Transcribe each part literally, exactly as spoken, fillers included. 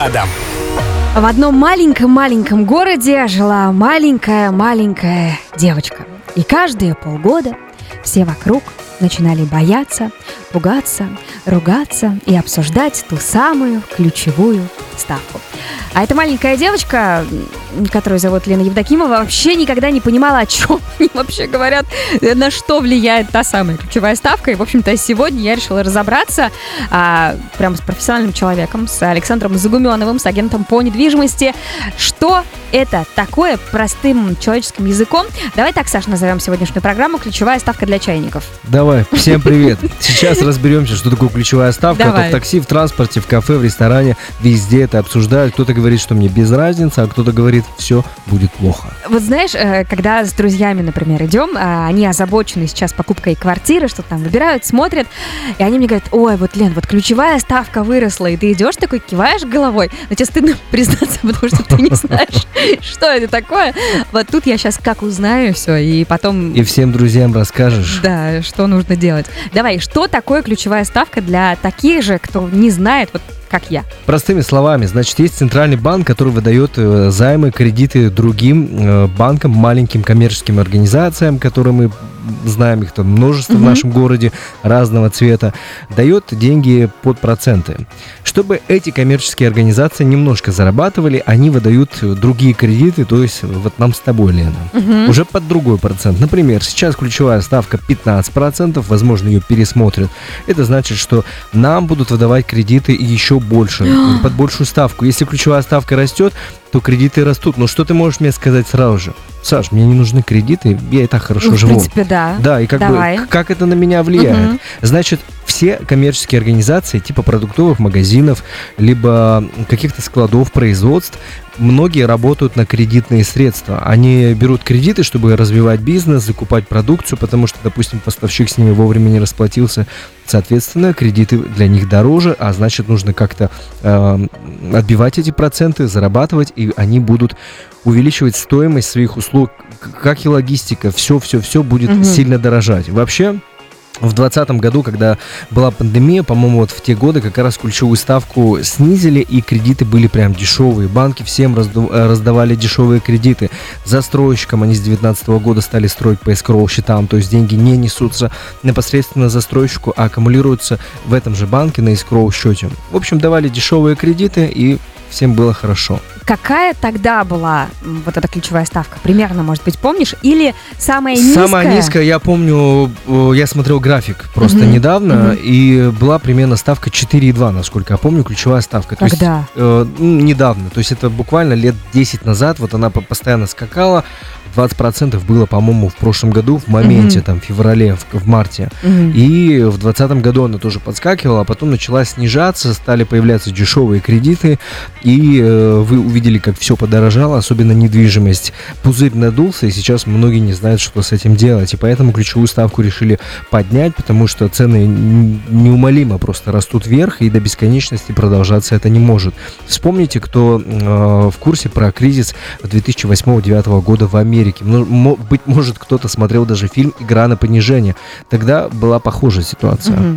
Адам. В одном маленьком-маленьком городе жила маленькая-маленькая девочка. И каждые полгода все вокруг начинали бояться, пугаться, ругаться и обсуждать ту самую ключевую ставку. А эта маленькая девочка, которую зовут Лена Евдокимова, вообще никогда не понимала, о чем они вообще говорят, на что влияет та самая ключевая ставка. И, в общем-то, сегодня я решила разобраться а, прямо с профессиональным человеком, с Александром Загуменовым, с агентом по недвижимости. Что это такое простым человеческим языком? Давай так, Саш, назовем сегодняшнюю программу «Ключевая ставка для чайников». Давай, всем привет. Сейчас разберемся, что такое ключевая ставка. Давай. Это в такси, в транспорте, в кафе, в ресторане, везде это обсуждают. Кто-то говорит, что мне без разницы, а кто-то говорит, все будет плохо. Вот знаешь, когда с друзьями, например, идем, они озабочены сейчас покупкой квартиры, что-то там выбирают, смотрят, и они мне говорят: ой, вот, Лен, вот ключевая ставка выросла, и ты идешь такой, киваешь головой, но тебе стыдно признаться, потому что ты не знаешь, что это такое. Вот тут я сейчас как узнаю все, и потом... И всем друзьям расскажешь. Да, что нужно делать. Давай, что такое ключевая ставка для таких же, кто не знает, вот как я? Простыми словами, значит, есть центральный банк, который выдает э, займы, кредиты другим э, банкам, маленьким коммерческим организациям, которые мы знаем, их там множество mm-hmm. в нашем городе разного цвета, дает деньги под проценты. Чтобы эти коммерческие организации немножко зарабатывали, они выдают другие кредиты, то есть вот нам с тобой, Лена, mm-hmm. уже под другой процент. Например, сейчас ключевая ставка пятнадцать процентов, возможно, ее пересмотрят. Это значит, что нам будут выдавать кредиты еще больше, под большую ставку. Если ключевая ставка растет, то кредиты растут. Но что ты можешь мне сказать сразу же? Саш, мне не нужны кредиты, я и так хорошо ну, живу. В принципе, да. Да, и как Давай. бы, как это на меня влияет? Угу. Значит, все коммерческие организации, типа продуктовых магазинов, либо каких-то складов, производств, многие работают на кредитные средства. Они берут кредиты, чтобы развивать бизнес, закупать продукцию, потому что, допустим, поставщик с ними вовремя не расплатился. Соответственно, кредиты для них дороже, а значит, нужно как-то э, отбивать эти проценты, зарабатывать, и они будут увеличивать стоимость своих услуг, как и логистика. Все-все-все будет угу. сильно дорожать. Вообще, в двадцатом году, когда была пандемия, по-моему, вот в те годы как раз ключевую ставку снизили, и кредиты были прям дешевые. Банки всем разду- раздавали дешевые кредиты. Застройщикам они с две тысячи девятнадцатого года стали строить по эскроу счетам, то есть деньги не несутся непосредственно застройщику, а аккумулируются в этом же банке на эскроу счете. В общем, давали дешевые кредиты, и всем было хорошо. Какая тогда была вот эта ключевая ставка? Примерно, может быть, помнишь? Или самая низкая? Самая низкая, я помню, я смотрел график просто uh-huh. недавно, uh-huh. и была примерно ставка четыре и два, насколько я помню, ключевая ставка. То Когда? есть, э, недавно, то есть это буквально лет десять назад, вот она постоянно скакала. двадцать процентов было, по-моему, в прошлом году, в моменте, mm-hmm. там, в феврале, в, в марте. Mm-hmm. И в двадцатом году она тоже подскакивала, а потом начала снижаться, стали появляться дешевые кредиты, и э, вы увидели, как все подорожало, особенно недвижимость. Пузырь надулся, и сейчас многие не знают, что с этим делать, и поэтому ключевую ставку решили поднять, потому что цены неумолимо просто растут вверх, и до бесконечности продолжаться это не может. Вспомните, кто э, в курсе про кризис две тысячи восьмого-две тысячи девятого года в Америке. Ну, быть может, кто-то смотрел даже фильм «Игра на понижение». Тогда была похожая ситуация. Угу.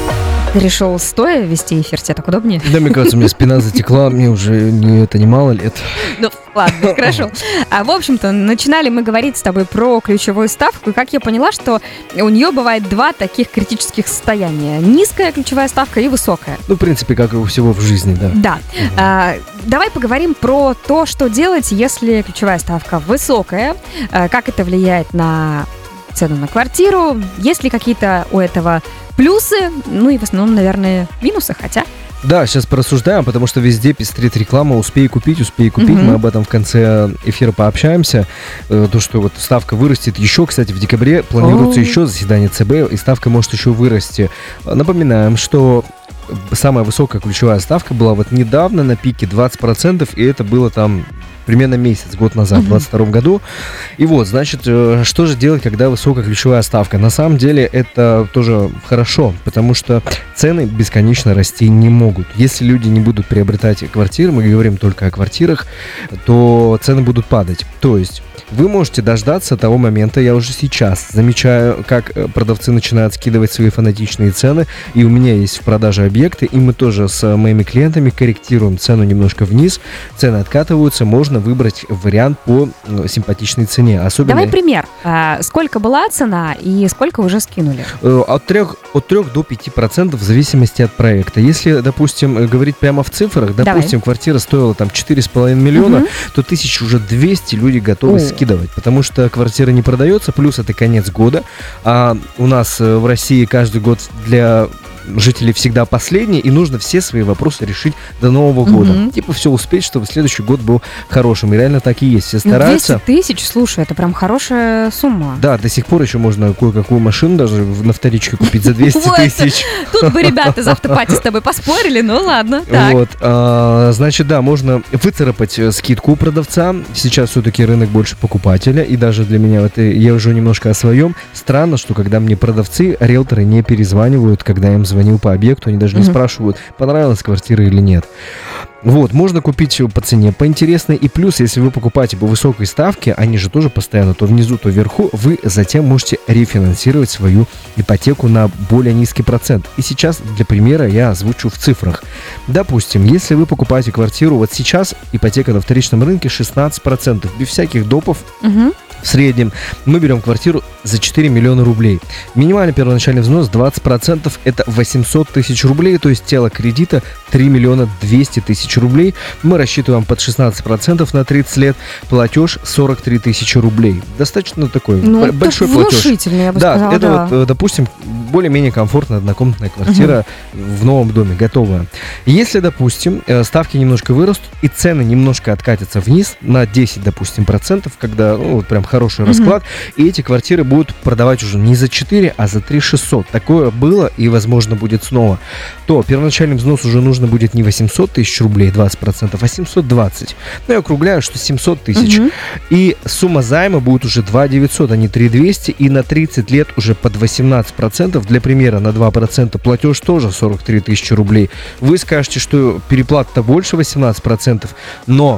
Ты решил стоя вести эфир, тебе так удобнее? Да, мне кажется, у меня спина затекла, мне уже не, это немало лет. Ну, ладно, хорошо. А, в общем-то, начинали мы говорить с тобой про ключевую ставку, и как я поняла, что у нее бывает два таких критических состояния. Низкая ключевая ставка и высокая. Ну, в принципе, как и у всего в жизни, да. Да. Угу. А, давай поговорим про то, что делать, если ключевая ставка высокая, а, как это влияет на цену на квартиру, есть ли какие-то у этого плюсы, ну и в основном, наверное, минусы, хотя... Да, сейчас порассуждаем, потому что везде пестрит реклама «Успей купить, успей купить». Mm-hmm. Мы об этом в конце эфира пообщаемся. То, что вот ставка вырастет еще, кстати, в декабре планируется oh. еще заседание ЦБ, и ставка может еще вырасти. Напоминаем, что самая высокая ключевая ставка была вот недавно на пике двадцать процентов, и это было там примерно месяц, год назад, в двадцать втором году. И вот, значит, что же делать, когда высокая ключевая ставка? На самом деле это тоже хорошо, потому что цены бесконечно расти не могут. Если люди не будут приобретать квартиры, мы говорим только о квартирах, то цены будут падать. То есть вы можете дождаться того момента, я уже сейчас замечаю, как продавцы начинают скидывать свои фанатичные цены, и у меня есть в продаже объекты, и мы тоже с моими клиентами корректируем цену немножко вниз, цены откатываются, можно выбрать вариант по симпатичной цене. Особенно... Давай пример. А, сколько была цена и сколько уже скинули? От трех, от трех до пяти процентов в зависимости от проекта. Если, допустим, говорить прямо в цифрах, допустим, Давай. квартира стоила там четыре с половиной миллиона, угу. то тысячу уже двести люди готовы О. скидывать, потому что квартира не продается, плюс это конец года, а у нас в России каждый год для жителей всегда последний, и нужно все свои вопросы решить до Нового года. Mm-hmm. Типа все успеть, чтобы следующий год был хорошим. И реально так и есть. Все стараются. двести тысяч, слушай, это прям хорошая сумма. Да, до сих пор еще можно кое-какую машину даже на вторичке купить за двести тысяч. Тут бы ребята из автопати с тобой поспорили, ну ладно. Вот, значит, да, можно выцарапать скидку у продавца. Сейчас все-таки рынок больше покупателя, и даже для меня, это я уже немножко о своем. Странно, что когда мне продавцы, риэлторы не перезванивают, когда им звонят звонил по объекту, они даже не mm-hmm. спрашивают, понравилась квартира или нет. Вот, можно купить по цене, по интересной. И плюс, если вы покупаете по высокой ставке, они же тоже постоянно то внизу, то вверху, вы затем можете рефинансировать свою ипотеку на более низкий процент. И сейчас, для примера, я озвучу в цифрах. Допустим, если вы покупаете квартиру, вот сейчас ипотека на вторичном рынке шестнадцать процентов, без всяких допов, mm-hmm. в среднем мы берем квартиру за четыре миллиона рублей. Минимальный первоначальный взнос двадцать процентов, это восемьсот тысяч рублей, то есть тело кредита три миллиона двести тысяч рублей. Мы рассчитываем под шестнадцать процентов на тридцать лет, платеж сорок три тысячи рублей. Достаточно такой ну, большой платеж. Внушительный, я бы да, сказала, это да. вот, допустим, более-менее комфортная однокомнатная квартира угу. в новом доме, готовая. Если, допустим, ставки немножко вырастут и цены немножко откатятся вниз на десять, допустим, процентов, когда, ну, вот прям хороший расклад, угу. и эти квартиры будут продавать уже не за четыре, а за три шестьсот. Такое было и, возможно, будет снова. То первоначальный взнос уже нужно будет не восемьсот тысяч рублей, двадцать процентов, а семьсот двадцать. Ну, я округляю, что семьсот тысяч. Угу. И сумма займа будет уже два девятьсот, а не три двести. И на тридцать лет уже под восемнадцать процентов. Для примера, на два процента платеж тоже сорок три тысячи рублей. Вы скажете, что переплата-то больше восемнадцать процентов, но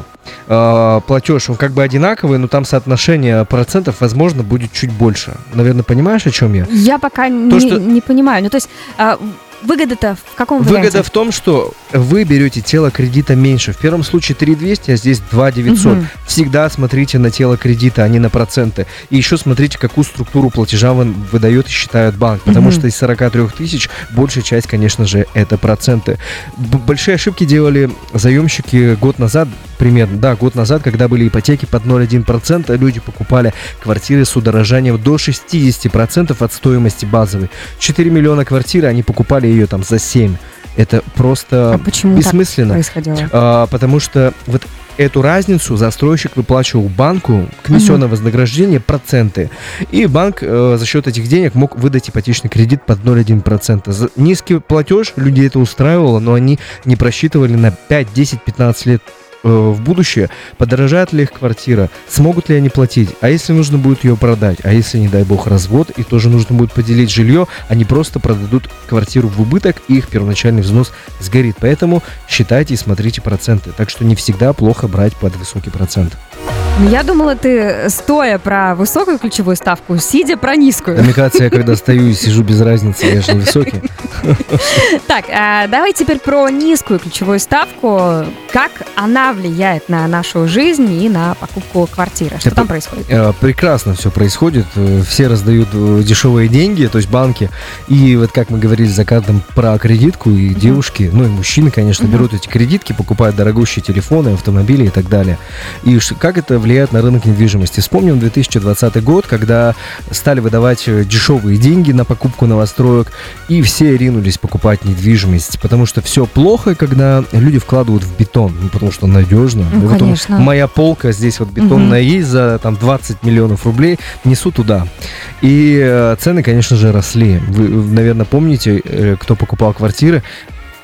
э, платеж, он как бы одинаковый, но там соотношение процентов, возможно, будет чуть больше. Наверное, понимаешь, о чем я? Я пока то, не, что... не понимаю. Ну, то есть... Э, выгода-то в каком варианте? Выгода в том, что вы берете тело кредита меньше. В первом случае три двести, а здесь два девятьсот. Угу. Всегда смотрите на тело кредита, а не на проценты. И еще смотрите, какую структуру платежа выдает и считает банк. Потому угу. что из сорок три тысяч большая часть, конечно же, это проценты. Б- большие ошибки делали заемщики год назад, примерно, да, год назад, когда были ипотеки под ноль целых одна десятая процента, люди покупали квартиры с удорожанием до шестьдесят процентов от стоимости базовой. четыре миллиона квартиры, они покупали ее там за семь. Это просто а почему бессмысленно. Так происходило? А, потому что вот эту разницу застройщик выплачивал банку комиссионное uh-huh. вознаграждение, проценты. И банк э, за счет этих денег мог выдать ипотечный кредит под ноль целых одна десятая процента. За низкий платеж людей это устраивало, но они не просчитывали на пять, десять, пятнадцать лет в будущее, подорожает ли их квартира, смогут ли они платить, а если нужно будет ее продать, а если, не дай бог, развод, и тоже нужно будет поделить жилье, они просто продадут квартиру в убыток, и их первоначальный взнос сгорит. Поэтому считайте и смотрите проценты. Так что не всегда плохо брать под высокий процент. Я думала, ты стоя про высокую ключевую ставку, сидя про низкую. Да, мне кажется, я когда стою и сижу без разницы, я же не высокий. Так, давай теперь про низкую ключевую ставку. Как она влияет на нашу жизнь и на покупку квартиры? Что там происходит? Прекрасно все происходит. Все раздают дешевые деньги, то есть банки. И вот как мы говорили за кадром про кредитку, и девушки, ну и мужчины, конечно, берут эти кредитки, покупают дорогущие телефоны, автомобили и так далее. И как это влияет на рынок недвижимости? Вспомним две тысячи двадцатый год, когда стали выдавать дешевые деньги на покупку новостроек, и все ринулись покупать недвижимость, потому что все плохо, когда люди вкладывают в бетон, ну, потому что надежно. Ну, вот конечно. Он, моя полка здесь вот бетонная угу. есть за там двадцать миллионов рублей, несу туда. И э, цены, конечно же, росли. Вы, наверное, помните, э, кто покупал квартиры,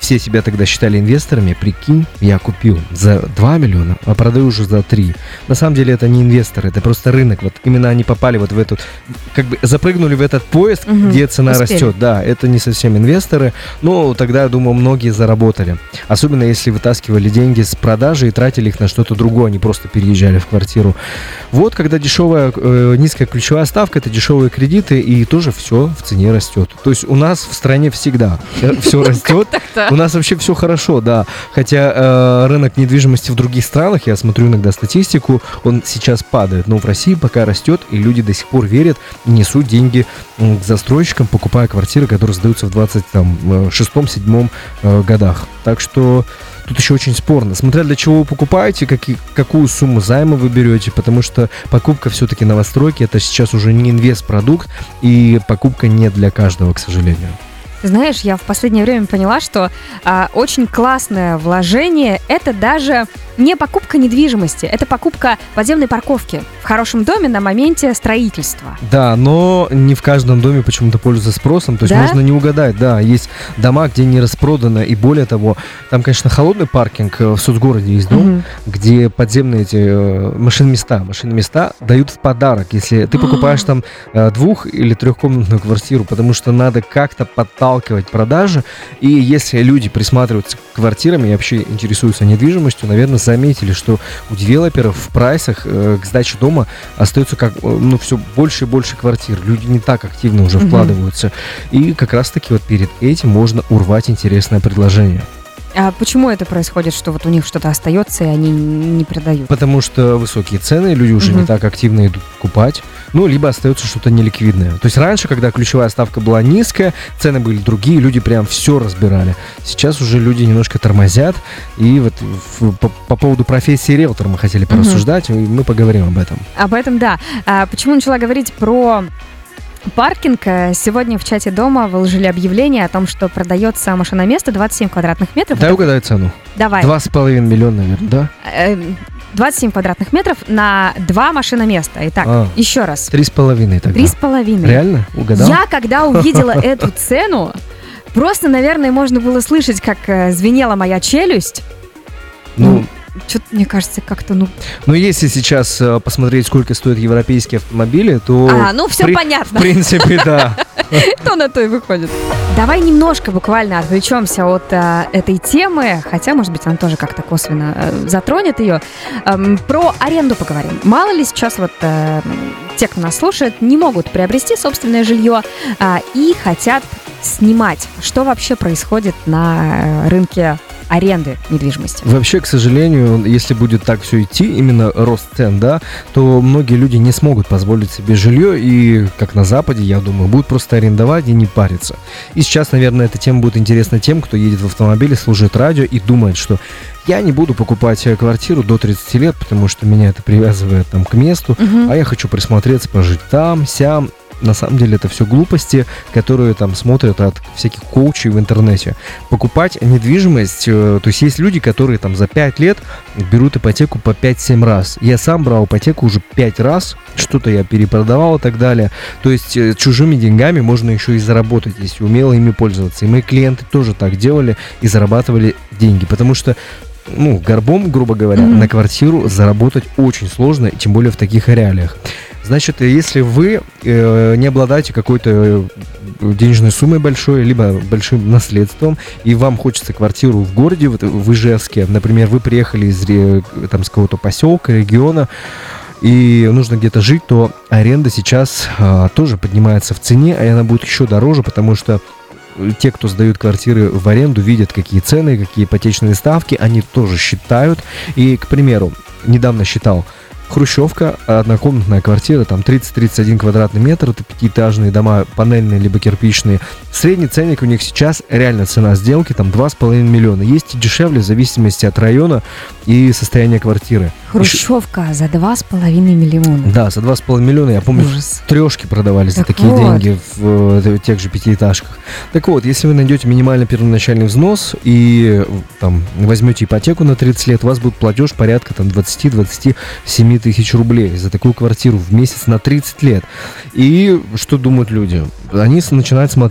все себя тогда считали инвесторами. Прикинь, я купил за два миллиона, а продаю уже за три. На самом деле это не инвесторы, это просто рынок. Вот именно они попали вот в эту, как бы запрыгнули в этот поезд, угу, где цена успели. Растет. Да, это не совсем инвесторы, но тогда, я думаю, многие заработали. Особенно если вытаскивали деньги с продажи и тратили их на что-то другое, они просто переезжали в квартиру. Вот, когда дешевая, э, низкая ключевая ставка, это дешевые кредиты, и тоже все в цене растет. То есть у нас в стране всегда все растет. У нас вообще все хорошо, да. Хотя э, рынок недвижимости в других странах, я смотрю иногда статистику, он сейчас падает. Но в России пока растет, и люди до сих пор верят и несут деньги э, к застройщикам, покупая квартиры, которые сдаются в двадцать шестом-седьмом э, годах. Так что тут еще очень спорно. Смотря для чего вы покупаете, какие, какую сумму займа вы берете, потому что покупка все-таки новостройки, это сейчас уже не инвестпродукт, и покупка не для каждого, к сожалению. Знаешь, я в последнее время поняла, что а, очень классное вложение – это даже не покупка недвижимости, это покупка подземной парковки в хорошем доме на моменте строительства. Да, но не в каждом доме почему-то пользуется спросом, то есть да? Можно не угадать, да, есть дома, где не распродано, и более того, там, конечно, холодный паркинг, в соцгороде есть дом, угу. где подземные эти машин-места, машин-места дают в подарок, если ты покупаешь там двух- или трехкомнатную квартиру, потому что надо как-то подталкивать продажи, и если люди присматриваются к квартирам и вообще интересуются недвижимостью, наверное, заметили, что у девелоперов в прайсах э, к сдаче дома остается как, ну, все больше и больше квартир. Люди не так активно уже mm-hmm. вкладываются. И как раз-таки вот перед этим можно урвать интересное предложение. А почему это происходит, что вот у них что-то остается, и они не продают? Потому что высокие цены, люди уже uh-huh. не так активно идут покупать, ну, либо остается что-то неликвидное. То есть раньше, когда ключевая ставка была низкая, цены были другие, люди прям все разбирали. Сейчас уже люди немножко тормозят, и вот в, по, по поводу профессии риэлтора мы хотели порассуждать, uh-huh. и мы поговорим об этом. Об этом, да. А почему начала говорить про паркинг? Сегодня в чате дома выложили объявление о том, что продается машиноместо двадцать семь квадратных метров. Дай угадай цену. Давай. Два с половиной миллиона, наверное, да? двадцать семь квадратных метров на два машиноместа. Итак, а, еще раз. Три с половиной тогда. Три с половиной. Реально? Угадал? Я, когда увидела эту цену, просто, наверное, можно было слышать, как звенела моя челюсть. Ну... Что-то, мне кажется, как-то, ну... Ну, если сейчас э, посмотреть, сколько стоят европейские автомобили, то... А, ну, все при... понятно. В принципе, да. То на то и выходит. Давай немножко буквально отвлечемся от э, этой темы, хотя, может быть, она тоже как-то косвенно э, затронет ее. Эм, про аренду поговорим. Мало ли сейчас вот э, те, кто нас слушает, не могут приобрести собственное жилье э, и хотят снимать. Что вообще происходит на э, рынке аренды недвижимости? Вообще, к сожалению, если будет так все идти, именно рост цен, да, то многие люди не смогут позволить себе жилье, и, как на Западе, я думаю, будут просто арендовать и не париться. И сейчас, наверное, эта тема будет интересна тем, кто едет в автомобиле, слушает радио и думает, что я не буду покупать квартиру до тридцати лет, потому что меня это привязывает там к месту, угу. а я хочу присмотреться, пожить там, сям. На самом деле это все глупости, которые там смотрят от всяких коучей в интернете. Покупать недвижимость, то есть есть люди, которые там за пять лет берут ипотеку по пять-семь раз. Я сам брал ипотеку уже пять раз, что-то я перепродавал и так далее. То есть чужими деньгами можно еще и заработать, если умело ими пользоваться. И мои клиенты тоже так делали и зарабатывали деньги, потому что ну, горбом, грубо говоря, mm-hmm. на квартиру заработать очень сложно, и тем более в таких реалиях. Значит, если вы э, не обладаете какой-то денежной суммой большой, либо большим наследством, и вам хочется квартиру в городе, в, в Ижевске, например, вы приехали из там, с какого-то поселка, региона, и нужно где-то жить, то аренда сейчас э, тоже поднимается в цене, и она будет еще дороже, потому что те, кто сдают квартиры в аренду, видят, какие цены, какие ипотечные ставки, они тоже считают. И, к примеру, недавно считал, хрущевка, однокомнатная квартира, там тридцать-тридцать один квадратный метр, это пятиэтажные дома, панельные либо кирпичные. Средний ценник у них сейчас, реально цена сделки, там два с половиной миллиона. Есть и дешевле, в зависимости от района и состояния квартиры. Хрущевка Еще... за два с половиной миллиона. Да, за два с половиной миллиона, я помню, Ужас. Трешки продавались так за такие вот. деньги в, в тех же пятиэтажках. Так вот, если вы найдете минимальный первоначальный взнос и там возьмете ипотеку на тридцать лет, у вас будет платеж порядка там двадцать-двадцать семь тысяч рублей за такую квартиру в месяц на тридцать лет. И что думают люди? Они начинают смотреть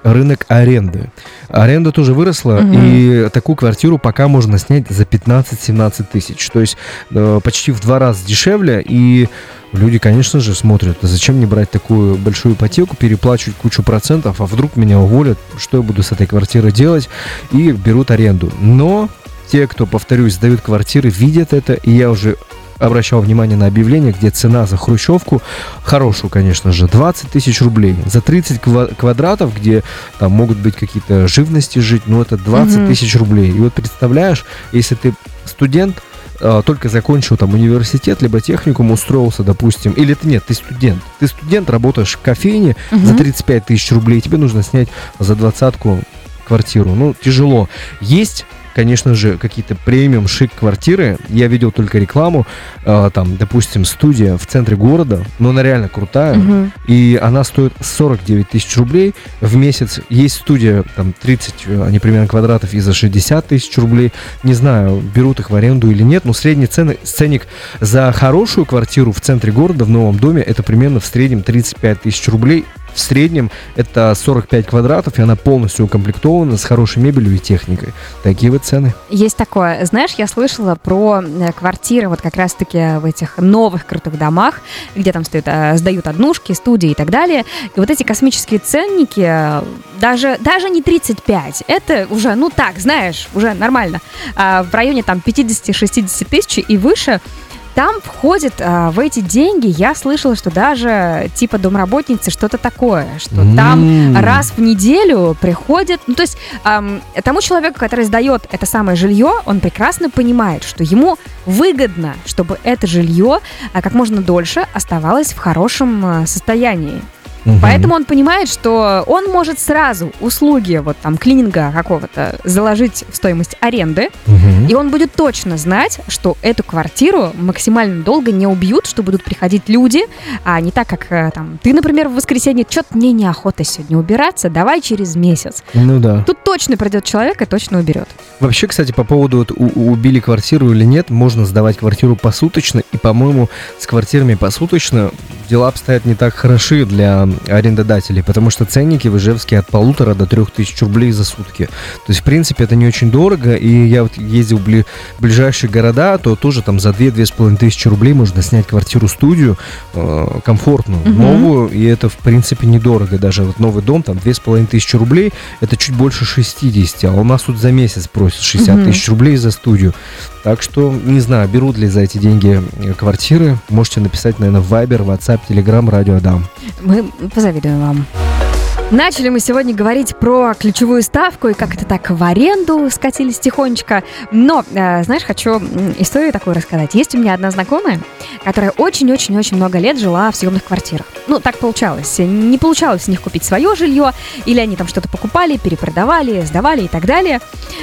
рынок аренды. Аренда тоже выросла, угу. и такую квартиру пока можно снять за пятнадцать-семнадцать тысяч. То есть э, почти в два раза дешевле, и люди, конечно же, смотрят, зачем мне брать такую большую ипотеку, переплачивать кучу процентов, а вдруг меня уволят, что я буду с этой квартирой делать, и берут аренду. Но те, кто, повторюсь, сдают квартиры, видят это, и я уже обращал внимание на объявление, где цена за хрущевку, хорошую, конечно же, двадцать тысяч рублей. За тридцать квадратов, где там могут быть какие-то живности жить, ну это двадцать тысяч рублей. И вот представляешь, если ты студент, только закончил там университет, либо техникум, устроился, допустим, или ты нет, ты студент. Ты студент, работаешь в кофейне uh-huh. за тридцать пять тысяч рублей, тебе нужно снять за двадцатку квартиру. Ну, тяжело. Есть, конечно же, какие-то премиум шик квартиры. Я видел только рекламу, э, там, допустим, студия в центре города, но она реально крутая, uh-huh. и она стоит сорок девять тысяч рублей в месяц. Есть студия, там, тридцать, они примерно квадратов, и за шестьдесят тысяч рублей. Не знаю, берут их в аренду или нет, но средний цены, ценник за хорошую квартиру в центре города, в новом доме, это примерно в среднем тридцать пять тысяч рублей. В среднем это сорок пять квадратов, и она полностью укомплектована с хорошей мебелью и техникой. Такие вот цены. Есть такое. Знаешь, я слышала про квартиры вот как раз-таки в этих новых крутых домах, где там стоят, сдают однушки, студии и так далее. И вот эти космические ценники, даже, даже не тридцать пять, это уже, ну так, знаешь, уже нормально. В районе там пятьдесят-шестьдесят тысяч и выше. Там входит а, в эти деньги, я слышала, что даже типа домработницы что-то такое, что mm. там раз в неделю приходит, ну то есть эм, тому человеку, который сдает это самое жилье, он прекрасно понимает, что ему выгодно, чтобы это жилье а, как можно дольше оставалось в хорошем а, состоянии. Угу. Поэтому он понимает, что он может сразу услуги вот там клининга какого-то заложить в стоимость аренды, угу. и он будет точно знать, что эту квартиру максимально долго не убьют, что будут приходить люди, а не так, как там ты, например, в воскресенье, что-то мне неохота сегодня убираться, давай через месяц. Ну да. Тут точно придет человек и точно уберет. Вообще, кстати, по поводу вот, у- убили квартиру или нет, можно сдавать квартиру посуточно, и, по-моему, с квартирами посуточно дела обстоят не так хороши для арендодателей, потому что ценники в Ижевске от полутора до трех тысяч рублей за сутки. То есть, в принципе, это не очень дорого, и я вот ездил в бли- ближайшие города, то тоже там за две-две с половиной тысячи рублей можно снять квартиру-студию э, комфортную, угу. новую, и это, в принципе, недорого. Даже вот новый дом, там, две с половиной тысячи рублей, это чуть больше шестьдесят, а у нас тут за месяц просят шестьдесят угу. тысяч рублей за студию. Так что, не знаю, берут ли за эти деньги квартиры. Можете написать, наверное, в Viber, WhatsApp, Telegram, Радио Адам. Мы позавидуем вам. Начали мы сегодня говорить про ключевую ставку и как это так в аренду скатились тихонечко. Но, э, знаешь, хочу историю такую рассказать. Есть у меня одна знакомая, которая очень-очень-очень много лет жила в съемных квартирах. Ну, так получалось. Не получалось с них купить свое жилье, или они там что-то покупали, перепродавали, сдавали и так далее.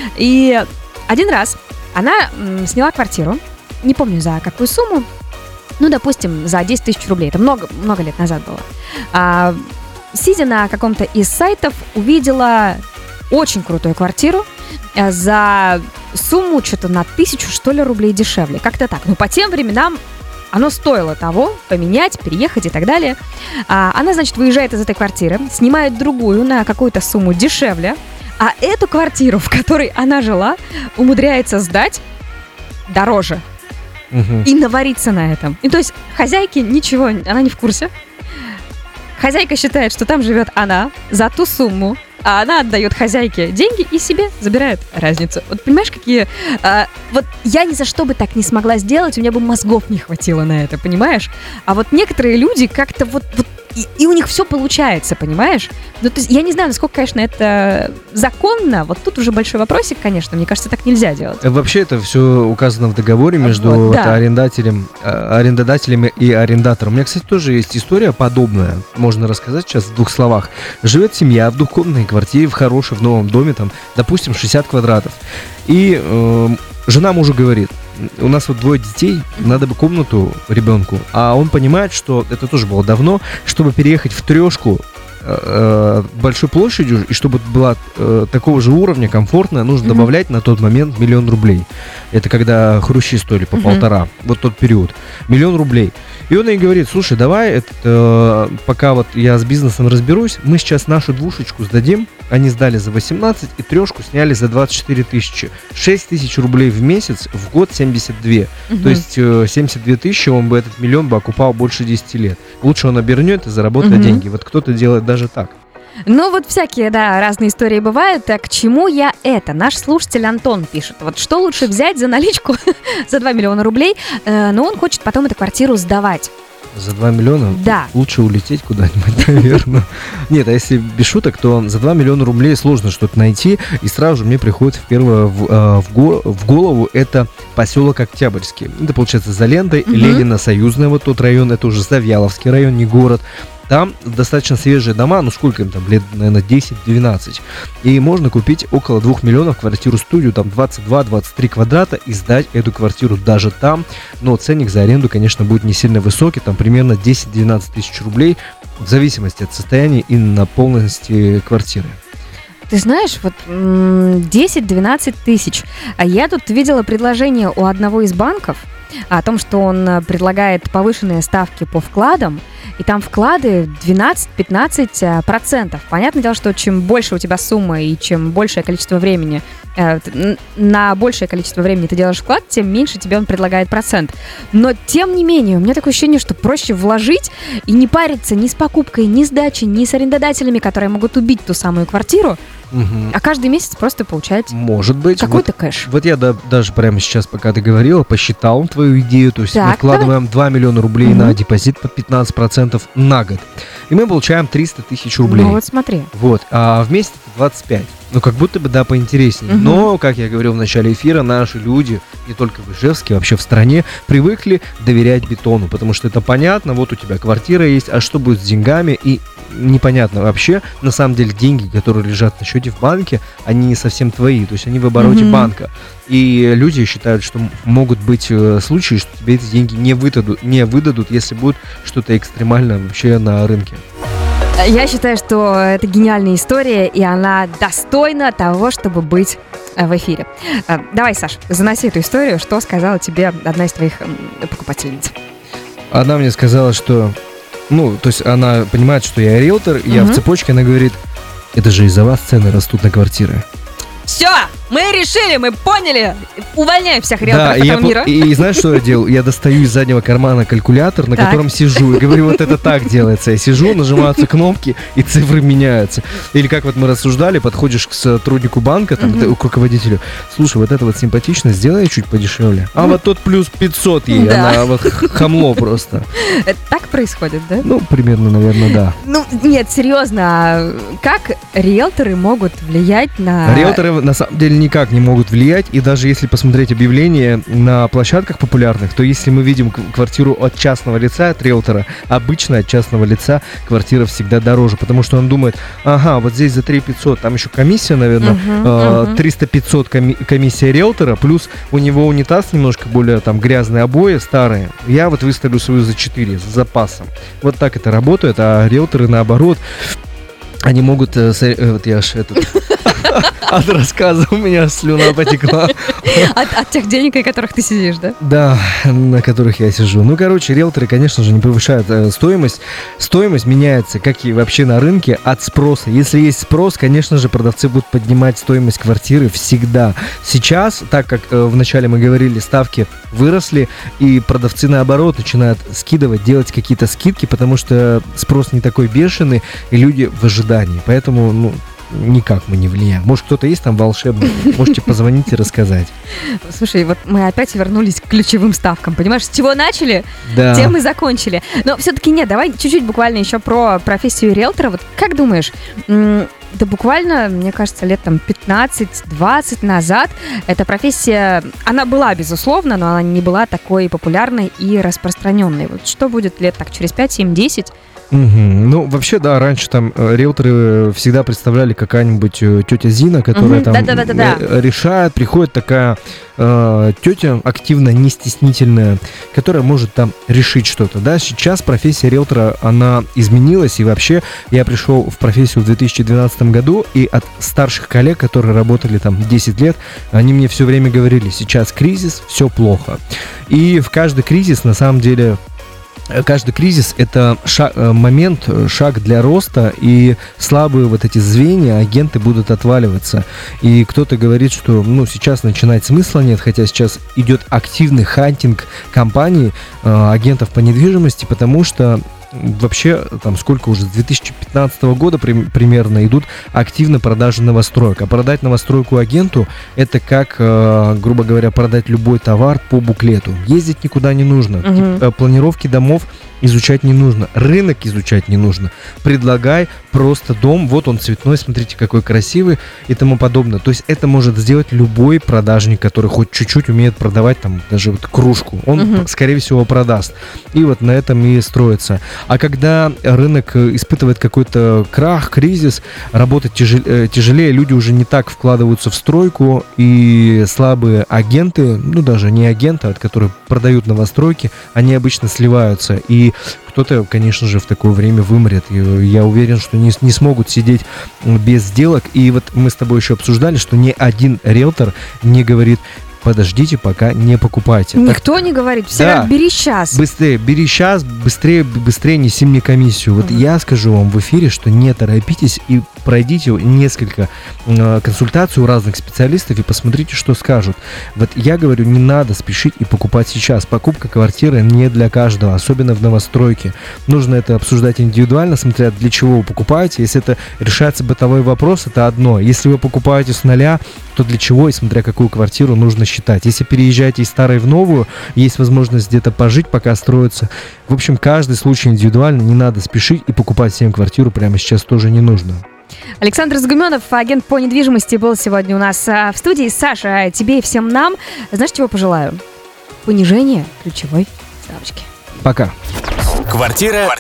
И один раз она м, сняла квартиру, не помню за какую сумму, ну, допустим, за десять тысяч рублей. Это много, много лет назад было. А, сидя на каком-то из сайтов, увидела очень крутую квартиру за сумму что-то на тысячу, что ли, рублей дешевле. Как-то так. Но по тем временам оно стоило того, поменять, переехать и так далее. А, она, значит, выезжает из этой квартиры, снимает другую на какую-то сумму дешевле, а эту квартиру, в которой она жила, умудряется сдать дороже. Угу. И навариться на этом. И то есть хозяйке ничего, она не в курсе. Хозяйка считает, что там живет она за ту сумму, а она отдает хозяйке деньги и себе забирает разницу. Вот понимаешь, какие... А, вот я ни за что бы так не смогла сделать, у меня бы мозгов не хватило на это, понимаешь? А вот некоторые люди как-то вот... вот и, и у них все получается, понимаешь? Ну, то есть я не знаю, насколько, конечно, это законно. Вот тут уже большой вопросик, конечно. Мне кажется, так нельзя делать. Вообще это все указано в договоре между вот, да. арендателем, арендодателем и арендатором. У меня, кстати, тоже есть история подобная. Можно рассказать сейчас в двух словах. Живет семья в двухкомнатной квартире, в хорошей, в новом доме, там, допустим, шестьдесят квадратов. И э, жена мужу говорит: у нас вот двое детей, надо бы комнату ребенку. А он понимает, что это тоже было давно, чтобы переехать в трешку э, большой площадью, и чтобы была э, такого же уровня, комфортная, нужно mm-hmm. добавлять на тот момент миллион рублей. Это когда хрущи стоили по mm-hmm. полтора, вот тот период. Миллион рублей. И он ей говорит: слушай, давай, это, э, пока вот я с бизнесом разберусь, мы сейчас нашу двушечку сдадим. Они сдали за восемнадцать и трешку сняли за двадцать четыре тысячи. шесть тысяч рублей в месяц, в год семьдесят два. Угу. То есть э, семьдесят две тысячи, он бы этот миллион бы окупал больше десяти лет. Лучше он обернет и заработает угу. деньги. Вот кто-то делает даже так. Ну, вот всякие, да, разные истории бывают. А к чему я это? Наш слушатель Антон пишет. Вот что лучше взять за наличку за два миллиона рублей, э, но он хочет потом эту квартиру сдавать. За два миллиона? Да. Лучше улететь куда-нибудь, наверное. Нет, а если без шуток, то за два миллиона рублей сложно что-то найти. И сразу же мне приходит в первое в, в, в голову это поселок Октябрьский. Это, получается, за лентой угу. Ленина-Союзная, вот тот район, это уже Завьяловский район, не город. Там достаточно свежие дома, ну сколько им там, лет, наверное, десять-двенадцать. И можно купить около двух миллионов квартиру-студию, там двадцать два - двадцать три квадрата, и сдать эту квартиру даже там. Но ценник за аренду, конечно, будет не сильно высокий, там примерно десять-двенадцать тысяч рублей, в зависимости от состояния и наполненности квартиры. Ты знаешь, вот десять-двенадцать тысяч. А я тут видела предложение у одного из банков о том, что он предлагает повышенные ставки по вкладам, и там вклады двенадцать-пятнадцать процентов. Понятное дело, что чем больше у тебя сумма и чем большее количество времени, э, на большее количество времени ты делаешь вклад, тем меньше тебе он предлагает процент. Но тем не менее, у меня такое ощущение, что проще вложить и не париться ни с покупкой, ни с сдачей, ни с арендодателями, которые могут убить ту самую квартиру, угу. а каждый месяц просто получать Может быть. какой-то вот, кэш. Вот я да, даже прямо сейчас, пока ты говорила, посчитал твою идею, то есть так, мы вкладываем давай. два миллиона рублей угу. на депозит по пятнадцать процентов на год, и мы получаем триста тысяч рублей. Ну вот смотри. Вот, а в месяц двадцать пять. Ну, как будто бы, да, поинтереснее. Угу. Но, как я говорил в начале эфира, наши люди, не только в Ижевске, вообще в стране, привыкли доверять бетону, потому что это понятно, вот у тебя квартира есть, а что будет с деньгами, и непонятно вообще, на самом деле, деньги, которые лежат на счете в банке, они не совсем твои, то есть они в обороте угу. банка. И люди считают, что могут быть э, случаи, что тебе эти деньги не выдадут, не выдадут, если будет что-то экстремальное вообще на рынке. Я считаю, что это гениальная история, и она достойна того, чтобы быть в эфире. Давай, Саш, заноси эту историю. Что сказала тебе одна из твоих покупательниц? Она мне сказала, что... Ну, то есть она понимает, что я риэлтор, угу. я в цепочке, она говорит: это же из-за вас цены растут на квартиры. Все, мы решили, мы поняли. Увольняем всех риэлторов да, этого мира. И, и знаешь, что я делал? Я достаю из заднего кармана калькулятор, на так. котором сижу, и говорю: вот это так делается. Я сижу, нажимаются кнопки, и цифры меняются. Или как вот мы рассуждали, подходишь к сотруднику банка, там, угу. к руководителю: слушай, вот это вот симпатично, сделай чуть подешевле. А вот тот плюс пятьсот ей, да. она вот хамло просто. Это так происходит, да? Ну, примерно, наверное, да. Ну, нет, серьезно, как риэлторы могут влиять на... Риэлторы на самом деле никак не могут влиять, и даже если посмотреть объявления на площадках популярных, то если мы видим квартиру от частного лица, от риэлтора, обычно от частного лица квартира всегда дороже, потому что он думает: ага, вот здесь за три тысячи пятьсот, там еще комиссия, наверное, uh-huh, uh-huh. триста-пятьсот коми- комиссия риэлтора, плюс у него унитаз немножко более там грязные обои, старые, я вот выставлю свою за четыре, с запасом. Вот так это работает, а риэлторы наоборот, они могут, э, э, вот я ж этот... От рассказа у меня слюна потекла. От, от тех денег, на которых ты сидишь, да? Да, на которых я сижу. Ну, короче, риэлторы, конечно же, не повышают э, стоимость. Стоимость меняется, как и вообще на рынке, от спроса. Если есть спрос, конечно же, продавцы будут поднимать стоимость квартиры всегда. Сейчас, так как э, вначале мы говорили, ставки выросли, и продавцы, наоборот, начинают скидывать, делать какие-то скидки, потому что спрос не такой бешеный, и люди в ожидании. Поэтому, ну... никак мы не влияем. Может, кто-то есть там волшебный? Можете позвонить и рассказать. Слушай, вот мы опять вернулись к ключевым ставкам. Понимаешь, с чего начали, да. тем и закончили. Но все-таки нет, давай чуть-чуть буквально еще про профессию риэлтора. Вот как думаешь, м- да буквально, мне кажется, лет там пятнадцать-двадцать назад эта профессия, она была, безусловно, но она не была такой популярной и распространенной. Вот что будет лет так через пять, семь, десять? Угу. Ну, вообще, да, раньше там э, риэлторы всегда представляли какая-нибудь э, тетя Зина, которая угу. там э, решает, приходит такая э, тетя активно, не стеснительная, которая может там решить что-то, да. Сейчас профессия риэлтора, она изменилась, и вообще я пришел в профессию в две тысячи двенадцатом году, и от старших коллег, которые работали там десять лет, они мне все время говорили: сейчас кризис, все плохо. И в каждый кризис, на самом деле, каждый кризис – это шаг, момент, шаг для роста, и слабые вот эти звенья, агенты будут отваливаться. И кто-то говорит, что ну, сейчас начинать смысла нет, хотя сейчас идет активный хантинг компаний, э, агентов по недвижимости, потому что вообще, там сколько уже, с две тысячи пятнадцатого года при, примерно идут активно продажи новостроек. А продать новостройку агенту – это как, э, грубо говоря, продать любой товар по буклету. Ездить никуда не нужно. Uh-huh. Тип, э, планировки домов изучать не нужно. Рынок изучать не нужно. Предлагай просто дом. Вот он цветной, смотрите, какой красивый и тому подобное. То есть это может сделать любой продажник, который хоть чуть-чуть умеет продавать там даже вот кружку. Он, uh-huh. скорее всего, продаст. И вот на этом и строится. А когда рынок испытывает какой-то крах, кризис, работать тяжелее, тяжелее, люди уже не так вкладываются в стройку, и слабые агенты, ну даже не агенты, а которые продают новостройки, они обычно сливаются. И кто-то, конечно же, в такое время вымрет. И я уверен, что не, не смогут сидеть без сделок. И вот мы с тобой еще обсуждали, что ни один риэлтор не говорит: подождите, пока не покупайте. Никто так, не говорит, все да, говорят, бери сейчас. Быстрее, бери сейчас, быстрее, быстрее неси мне комиссию. Вот mm-hmm. я скажу вам в эфире, что не торопитесь и пройдите несколько э, консультаций у разных специалистов и посмотрите, что скажут. Вот я говорю, не надо спешить и покупать сейчас. Покупка квартиры не для каждого, особенно в новостройке. Нужно это обсуждать индивидуально, смотря для чего вы покупаете. Если это решается бытовой вопрос, это одно. Если вы покупаете с нуля, то для чего и смотря какую квартиру нужно считать. Если переезжаете из старой в новую, есть возможность где-то пожить, пока строится. В общем, каждый случай индивидуально, не надо спешить, и покупать всем квартиру прямо сейчас тоже не нужно. Александр Загуменов, агент по недвижимости, был сегодня у нас в студии. Саша, тебе и всем нам, знаешь, чего пожелаю? Понижение ключевой ставочки. Пока. Квартира